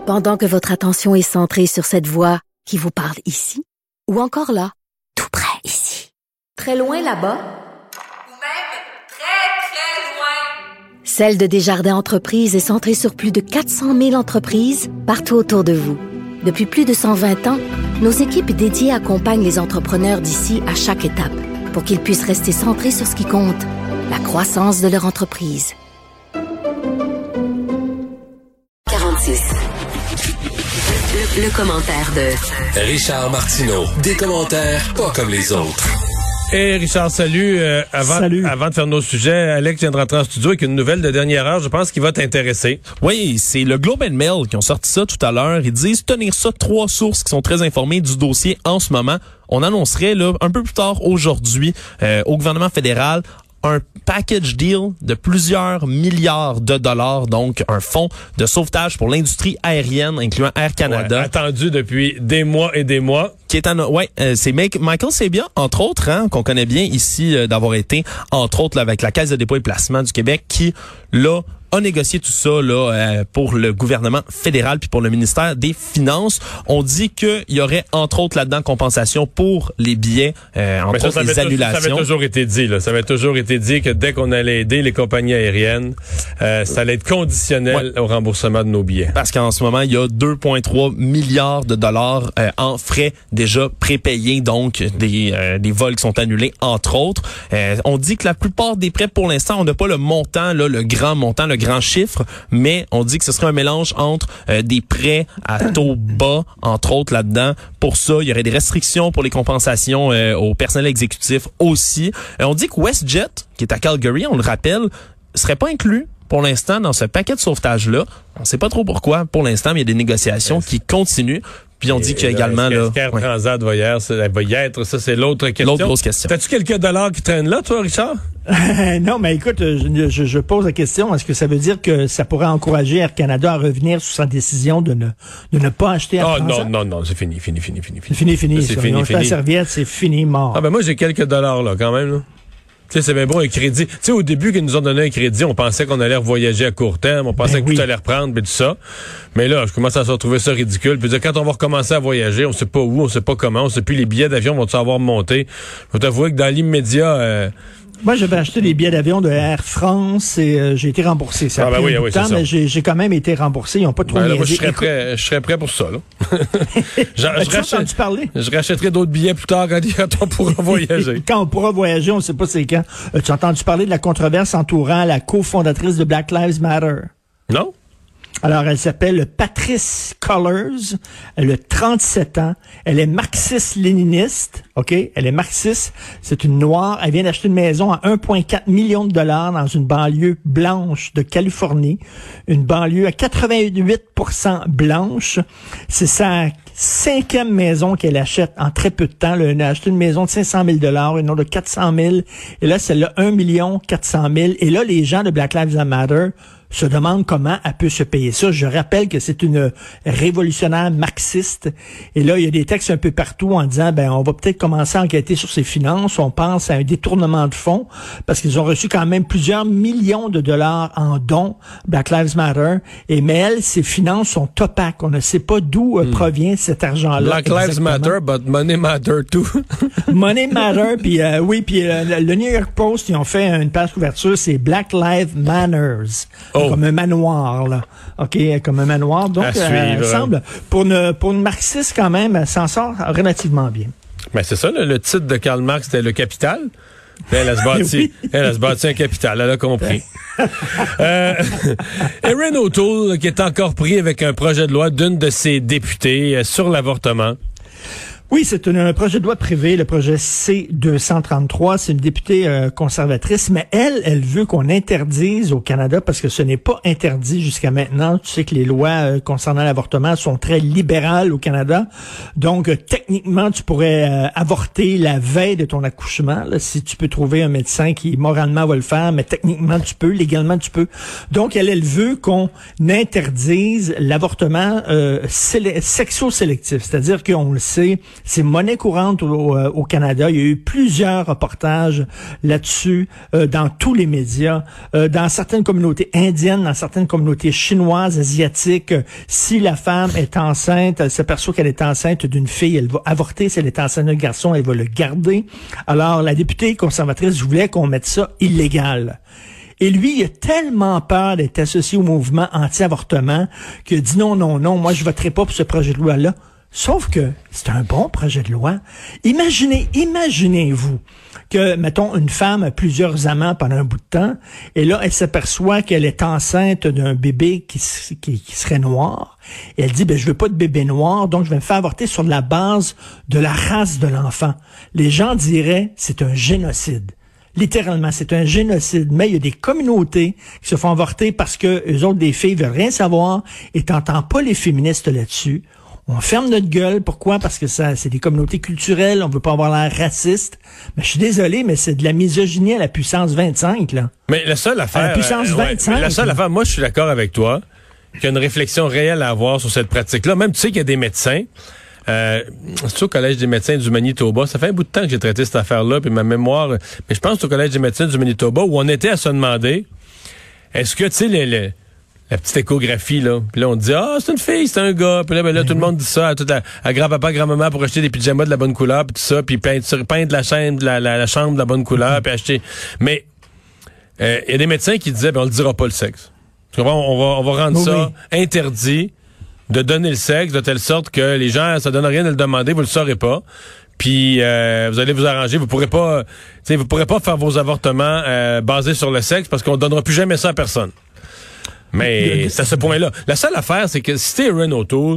Pendant que votre attention est centrée sur cette voix qui vous parle ici, ou encore là, tout près ici, très loin là-bas, ou même très, très loin. Celle de Desjardins Entreprises est centrée sur plus de 400 000 entreprises partout autour de vous. Depuis plus de 120 ans, nos équipes dédiées accompagnent les entrepreneurs d'ici à chaque étape pour qu'ils puissent rester centrés sur ce qui compte, la croissance de leur entreprise. 46. Le commentaire de Richard Martineau. Des commentaires pas comme les autres. Hey Richard, salut. Avant de faire nos sujets, Alex vient de rentrer en studio avec une nouvelle de dernière heure. Je pense qu'il va t'intéresser. Oui, c'est le Globe and Mail qui ont sorti ça tout à l'heure. Ils disent tenir ça 3 sources qui sont très informées du dossier en ce moment. On annoncerait là un peu plus tard aujourd'hui au gouvernement fédéral un package deal de plusieurs milliards de dollars, donc un fonds de sauvetage pour l'industrie aérienne, incluant Air Canada. Ouais, attendu depuis des mois et des mois. Qui est c'est Michael Sabia, entre autres, qu'on connaît bien ici, d'avoir été, entre autres, là, avec la Caisse de dépôt et placement du Québec, qui, là, a négocié tout ça là pour le gouvernement fédéral puis pour le ministère des Finances. On dit qu'il y aurait entre autres là-dedans compensation pour les billets, entre autres les annulations. Ça avait toujours été dit là. Ça avait toujours été dit que dès qu'on allait aider les compagnies aériennes, ça allait être conditionnel au remboursement de nos billets. Parce qu'en ce moment, il y a 2,3 milliards de dollars en frais déjà prépayés, donc des vols qui sont annulés entre autres. On dit que la plupart des prêts pour l'instant, on n'a pas le montant là, le grand montant, le grand chiffre, mais on dit que ce serait un mélange entre des prêts à taux bas, entre autres là-dedans. Pour ça, il y aurait des restrictions pour les compensations au personnel exécutif aussi. On dit que WestJet, qui est à Calgary, on le rappelle, serait pas inclus pour l'instant dans ce paquet de sauvetage-là. On ne sait pas trop pourquoi pour l'instant, mais il y a des négociations qui continuent. Puis on dit qu'il y a également est-ce qu'Air Transat va y être, ça c'est l'autre question. L'autre grosse question. T'as-tu quelques dollars qui traînent là, toi, Richard? Non, mais écoute, je pose la question, est-ce que ça veut dire que ça pourrait encourager Air Canada à revenir sur sa décision de ne pas acheter Air Transat? Non, c'est fini. C'est fini. C'est fini. La serviette, c'est fini, mort. Ah ben moi j'ai quelques dollars là, quand même, là. Tu sais, c'est bien bon un crédit. Tu sais, au début qu'ils nous ont donné un crédit, on pensait qu'on allait voyager à court terme, on pensait que tout allait reprendre, puis tout ça. Mais là, je commence à se retrouver ça ridicule. Puis quand on va recommencer à voyager, on sait pas où, on sait pas comment, on sait plus les billets d'avion vont-ils avoir monté. Faut t'avouer que dans l'immédiat... Moi, j'avais acheté des billets d'avion de Air France et j'ai été remboursé. Ça a pris du temps, mais j'ai quand même été remboursé. Ils n'ont pas trop niaisé. Moi, je serais prêt pour ça. Là. Je rachèterai d'autres billets plus tard quand on pourra voyager. Quand on pourra voyager, on ne sait pas c'est quand. Tu as entendu parler de la controverse entourant la cofondatrice de Black Lives Matter? Non. Alors, elle s'appelle Patrisse Cullors. Elle a 37 ans. Elle est marxiste-léniniste. OK? Elle est marxiste. C'est une noire. Elle vient d'acheter une maison à 1,4 million de dollars dans une banlieue blanche de Californie. Une banlieue à 88% blanche. C'est sa 5e maison qu'elle achète en très peu de temps. Elle a acheté une maison de 500 000 $, une autre de 400 000. Et là, celle-là, 1 400 000. Et là, les gens de Black Lives Matter se demande comment elle peut se payer ça. Je rappelle que c'est une révolutionnaire marxiste. Et là, il y a des textes un peu partout en disant, on va peut-être commencer à enquêter sur ses finances. On pense à un détournement de fonds parce qu'ils ont reçu quand même plusieurs millions de dollars en dons, Black Lives Matter. Mais elle, ses finances sont opaques. On ne sait pas d'où provient cet argent-là. Black Lives Matter, but money matter too. Money matter, puis le New York Post, ils ont fait une page couverture, c'est Black Lives Manners. Comme un manoir, là. OK, comme un manoir. Donc, il semble, pour une marxiste, quand même, elle s'en sort relativement bien. Mais c'est ça, le titre de Karl Marx, c'était Le Capital. Elle se bâtit un capital, elle a compris. Erin O'Toole, qui est encore pris avec un projet de loi d'une de ses députées sur l'avortement. Oui, c'est un projet de loi privé, le projet C-233. C'est une députée conservatrice, mais elle veut qu'on interdise au Canada parce que ce n'est pas interdit jusqu'à maintenant. Tu sais que les lois concernant l'avortement sont très libérales au Canada. Donc, techniquement, tu pourrais avorter la veille de ton accouchement, là, si tu peux trouver un médecin qui moralement va le faire, mais techniquement, tu peux, légalement, tu peux. Donc, elle veut qu'on interdise l'avortement sexo-sélectif. C'est-à-dire qu'on le sait, C'est monnaie courante au Canada. Il y a eu plusieurs reportages là-dessus dans tous les médias, dans certaines communautés indiennes, dans certaines communautés chinoises, asiatiques. Si la femme est enceinte, elle s'aperçoit qu'elle est enceinte d'une fille, elle va avorter. Si elle est enceinte d'un garçon, elle va le garder. Alors, la députée conservatrice voulait qu'on mette ça illégal. Et lui, il a tellement peur d'être associé au mouvement anti-avortement qu'il a dit non, moi je voterai pas pour ce projet de loi-là. Sauf que c'est un bon projet de loi. Imaginez-vous que, mettons, une femme a plusieurs amants pendant un bout de temps, et là, elle s'aperçoit qu'elle est enceinte d'un bébé qui serait noir, et elle dit, je veux pas de bébé noir, donc je vais me faire avorter sur la base de la race de l'enfant. Les gens diraient, c'est un génocide. Littéralement, c'est un génocide. Mais il y a des communautés qui se font avorter parce que eux autres, des filles, veulent rien savoir et t'entends pas les féministes là-dessus. On ferme notre gueule. Pourquoi? Parce que ça, c'est des communautés culturelles. On veut pas avoir l'air raciste. Mais je suis désolé, mais c'est de la misogynie à la puissance 25, là. Mais la seule affaire... À la puissance 25. La seule affaire, moi, je suis d'accord avec toi, qu'il y a une réflexion réelle à avoir sur cette pratique-là. Même, tu sais qu'il y a des médecins... c'est au Collège des médecins du Manitoba. Ça fait un bout de temps que j'ai traité cette affaire-là, puis ma mémoire... Mais je pense que c'est au Collège des médecins du Manitoba où on était à se demander, est-ce que, tu sais, la petite échographie, là, puis là, on dit, c'est une fille, c'est un gars, puis là, tout le monde dit ça à grand-papa, grand-maman pour acheter des pyjamas de la bonne couleur, puis tout ça, puis peindre la chambre de la bonne couleur, puis acheter... Mais il y a des médecins qui disaient, on le dira pas le sexe. On va rendre ça interdit de donner le sexe de telle sorte que les gens, ça donne rien de le demander, vous le saurez pas. Puis vous allez vous arranger, vous pourrez pas faire vos avortements basés sur le sexe parce qu'on donnera plus jamais ça à personne. Mais c'est à ce point-là. La seule affaire, c'est que si t'es Erin O'Toole,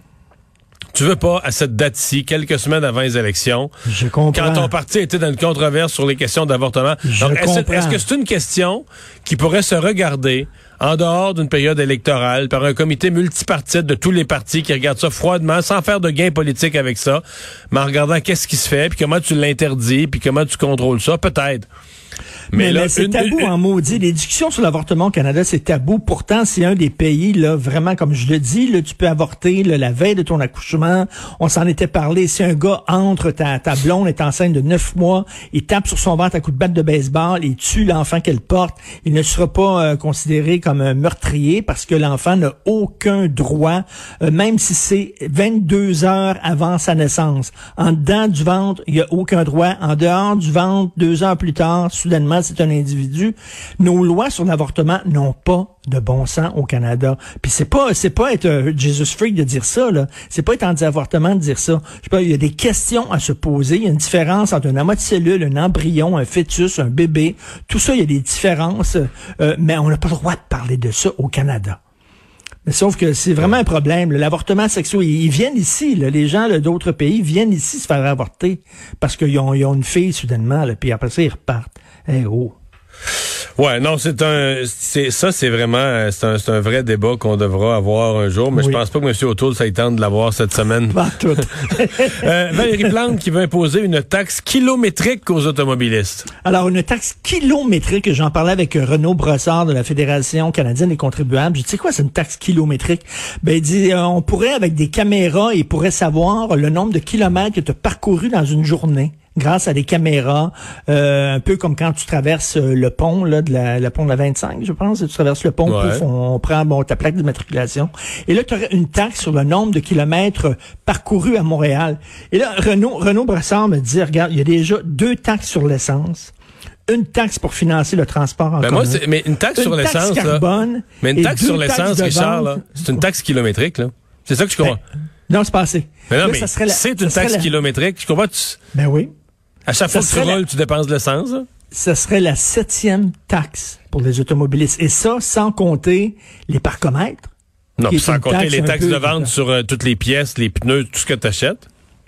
tu veux pas, à cette date-ci, quelques semaines avant les élections, je comprends. Quand ton parti était dans une controverse sur les questions d'avortement. Donc, est-ce que c'est une question qui pourrait se regarder en dehors d'une période électorale par un comité multipartite de tous les partis qui regardent ça froidement, sans faire de gain politique avec ça, mais en regardant qu'est-ce qui se fait, puis comment tu l'interdis, puis comment tu contrôles ça, peut-être. Mais là, c'est tabou en maudit. Les discussions sur l'avortement au Canada, c'est tabou. Pourtant, c'est un des pays, là, vraiment, comme je le dis, là, tu peux avorter là, la veille de ton accouchement. On s'en était parlé. Si un gars entre, ta blonde est enceinte de 9 mois, il tape sur son ventre à coups de batte de baseball, il tue l'enfant qu'elle porte, il ne sera pas considéré comme un meurtrier parce que l'enfant n'a aucun droit, même si c'est 22 heures avant sa naissance. En dedans du ventre, il n'y a aucun droit. En dehors du ventre, 2 heures plus tard, soudainement, c'est un individu. Nos lois sur l'avortement n'ont pas de bon sens au Canada. Puis c'est pas être Jesus freak de dire ça, là. C'est pas être anti-avortement de dire ça. Je sais pas, il y a des questions à se poser. Il y a une différence entre un amas de cellules, un embryon, un fœtus, un bébé. Tout ça, il y a des différences. Mais on n'a pas le droit de parler de ça au Canada. Mais sauf que c'est vraiment un problème. L'avortement sexuel, ils viennent ici, là, les gens d'autres pays viennent ici se faire avorter parce qu'ils ont une fille soudainement, là, puis après ça, ils repartent. Hey, oh. Ouais, non, c'est vraiment un vrai débat qu'on devra avoir un jour, mais je pense pas que M. O'Toole ça tente de l'avoir cette semaine. Pas tout. Valérie Plante qui veut imposer une taxe kilométrique aux automobilistes. Alors, une taxe kilométrique, j'en parlais avec Renaud Brossard de la Fédération canadienne des contribuables. Je dis, c'est quoi, c'est une taxe kilométrique? Ben, il dit, on pourrait, avec des caméras, il pourrait savoir le nombre de kilomètres que tu as parcouru dans une journée. Grâce à des caméras, un peu comme quand tu traverses le pont là le pont de la 25, je pense, tu traverses le pont, pouf, on prend ta plaque d'immatriculation. Et là, tu aurais une taxe sur le nombre de kilomètres parcourus à Montréal. Et là, Renaud Brassard me dit, regarde, il y a déjà 2 taxes sur l'essence. Une taxe pour financer le transport en commun. Mais une taxe sur l'essence, carbone, là. Mais une taxe sur l'essence, Richard, là, c'est une taxe kilométrique, là. C'est ça que je comprends. Non, c'est pas assez. Mais non, là, mais c'est une taxe kilométrique. Je comprends. Ben oui. À chaque fois que tu roules, tu dépenses de l'essence. Ce serait la 7e taxe pour les automobilistes. Et ça, sans compter les parcomètres. Non, sans compter les taxes de vente sur toutes les pièces, les pneus, tout ce que tu achètes.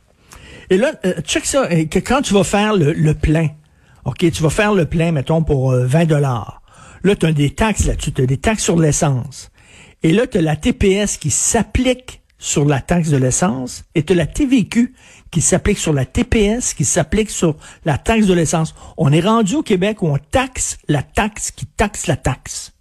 Et là, check ça, que quand tu vas faire le plein, OK, tu vas faire le plein, mettons, pour 20 $. Là, tu as des taxes là-dessus, tu as des taxes sur l'essence. Et là, tu as la TPS qui s'applique sur la taxe de l'essence et tu as la TVQ qui s'applique sur la TPS, qui s'applique sur la taxe de l'essence. On est rendu au Québec où on taxe la taxe qui taxe la taxe.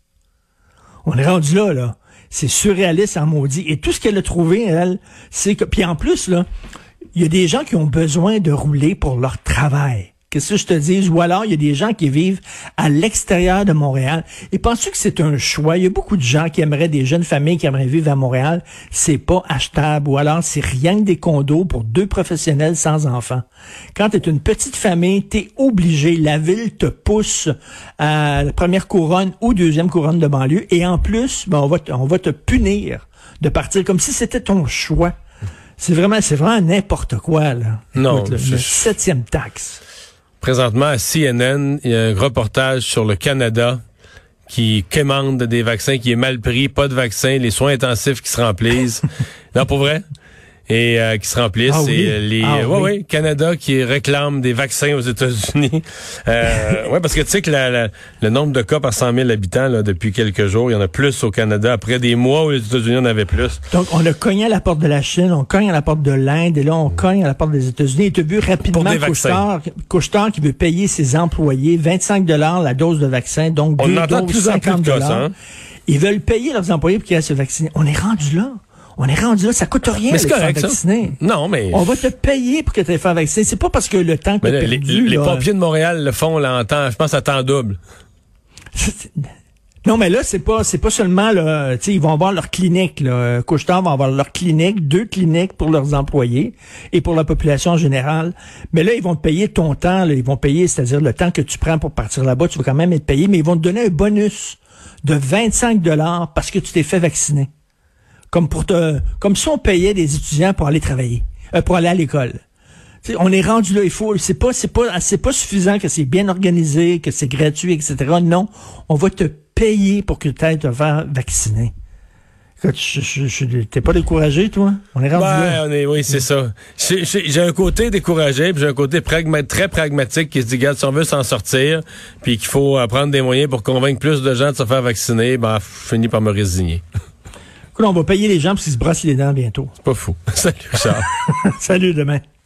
On est rendu là. C'est surréaliste en maudit. Et tout ce qu'elle a trouvé, elle, c'est que... Puis en plus, là, il y a des gens qui ont besoin de rouler pour leur travail. Qu'est-ce que je te dis? Ou alors, il y a des gens qui vivent à l'extérieur de Montréal. Et penses-tu que c'est un choix? Il y a beaucoup de gens qui aimeraient, des jeunes familles qui aimeraient vivre à Montréal. C'est pas achetable. Ou alors, c'est rien que des condos pour 2 professionnels sans enfants. Quand tu es une petite famille, tu es obligé. La ville te pousse à la première couronne ou deuxième couronne de banlieue. Et en plus, on va te punir de partir comme si c'était ton choix. C'est vraiment n'importe quoi, là. Non. Écoute, le 7e taxe. Présentement, à CNN, il y a un reportage sur le Canada qui commande des vaccins, qui est mal pris, pas de vaccins, les soins intensifs qui se remplissent. Non, pour vrai? Et qui se remplissent. Oui, Canada qui réclame des vaccins aux États-Unis. Parce que tu sais que le nombre de cas par 100 000 habitants là, depuis quelques jours, il y en a plus au Canada. Après des mois où les États-Unis en avaient plus. Donc, on a cogné à la porte de la Chine, on cogne à la porte de l'Inde, et là, on cogne à la porte des États-Unis. Et tu as vu rapidement Couche-Tard qui veut payer ses employés 25 $ la dose de vaccin, donc on 2 entend de doses, plus en plus 50 de cas, ça, hein? Ils veulent payer leurs employés pour qu'ils aillent se vacciner. On est rendu là. Ça coûte rien de se faire vacciner. Non, mais... On va te payer pour que tu te faire vacciner. C'est pas parce que le temps que tu as perdu... Les pompiers de Montréal le font, là, je pense à temps double. Non, mais là, c'est pas seulement, là, tu sais, ils vont avoir leur clinique, là. Couche-Tard va avoir leur clinique, 2 cliniques pour leurs employés et pour la population en général. Mais là, ils vont te payer ton temps, là. Ils vont payer, c'est-à-dire le temps que tu prends pour partir là-bas, tu vas quand même être payé, mais ils vont te donner un bonus de 25 $ parce que tu t'es fait vacciner. Comme si on payait des étudiants pour aller travailler, pour aller à l'école. T'sais, on est rendu là, c'est pas suffisant que c'est bien organisé, que c'est gratuit, etc. Non, on va te payer pour que tu ailles te faire vacciner. T'es pas découragé, toi? On est rendu là. Oui, c'est ça. J'ai un côté découragé, puis j'ai un côté très pragmatique qui se dit, regarde, si on veut s'en sortir, puis qu'il faut prendre des moyens pour convaincre plus de gens de se faire vacciner, je finis par me résigner. Écoute, on va payer les gens parce qu'ils se brossent les dents bientôt. C'est pas fou. Salut, Richard. Salut, demain.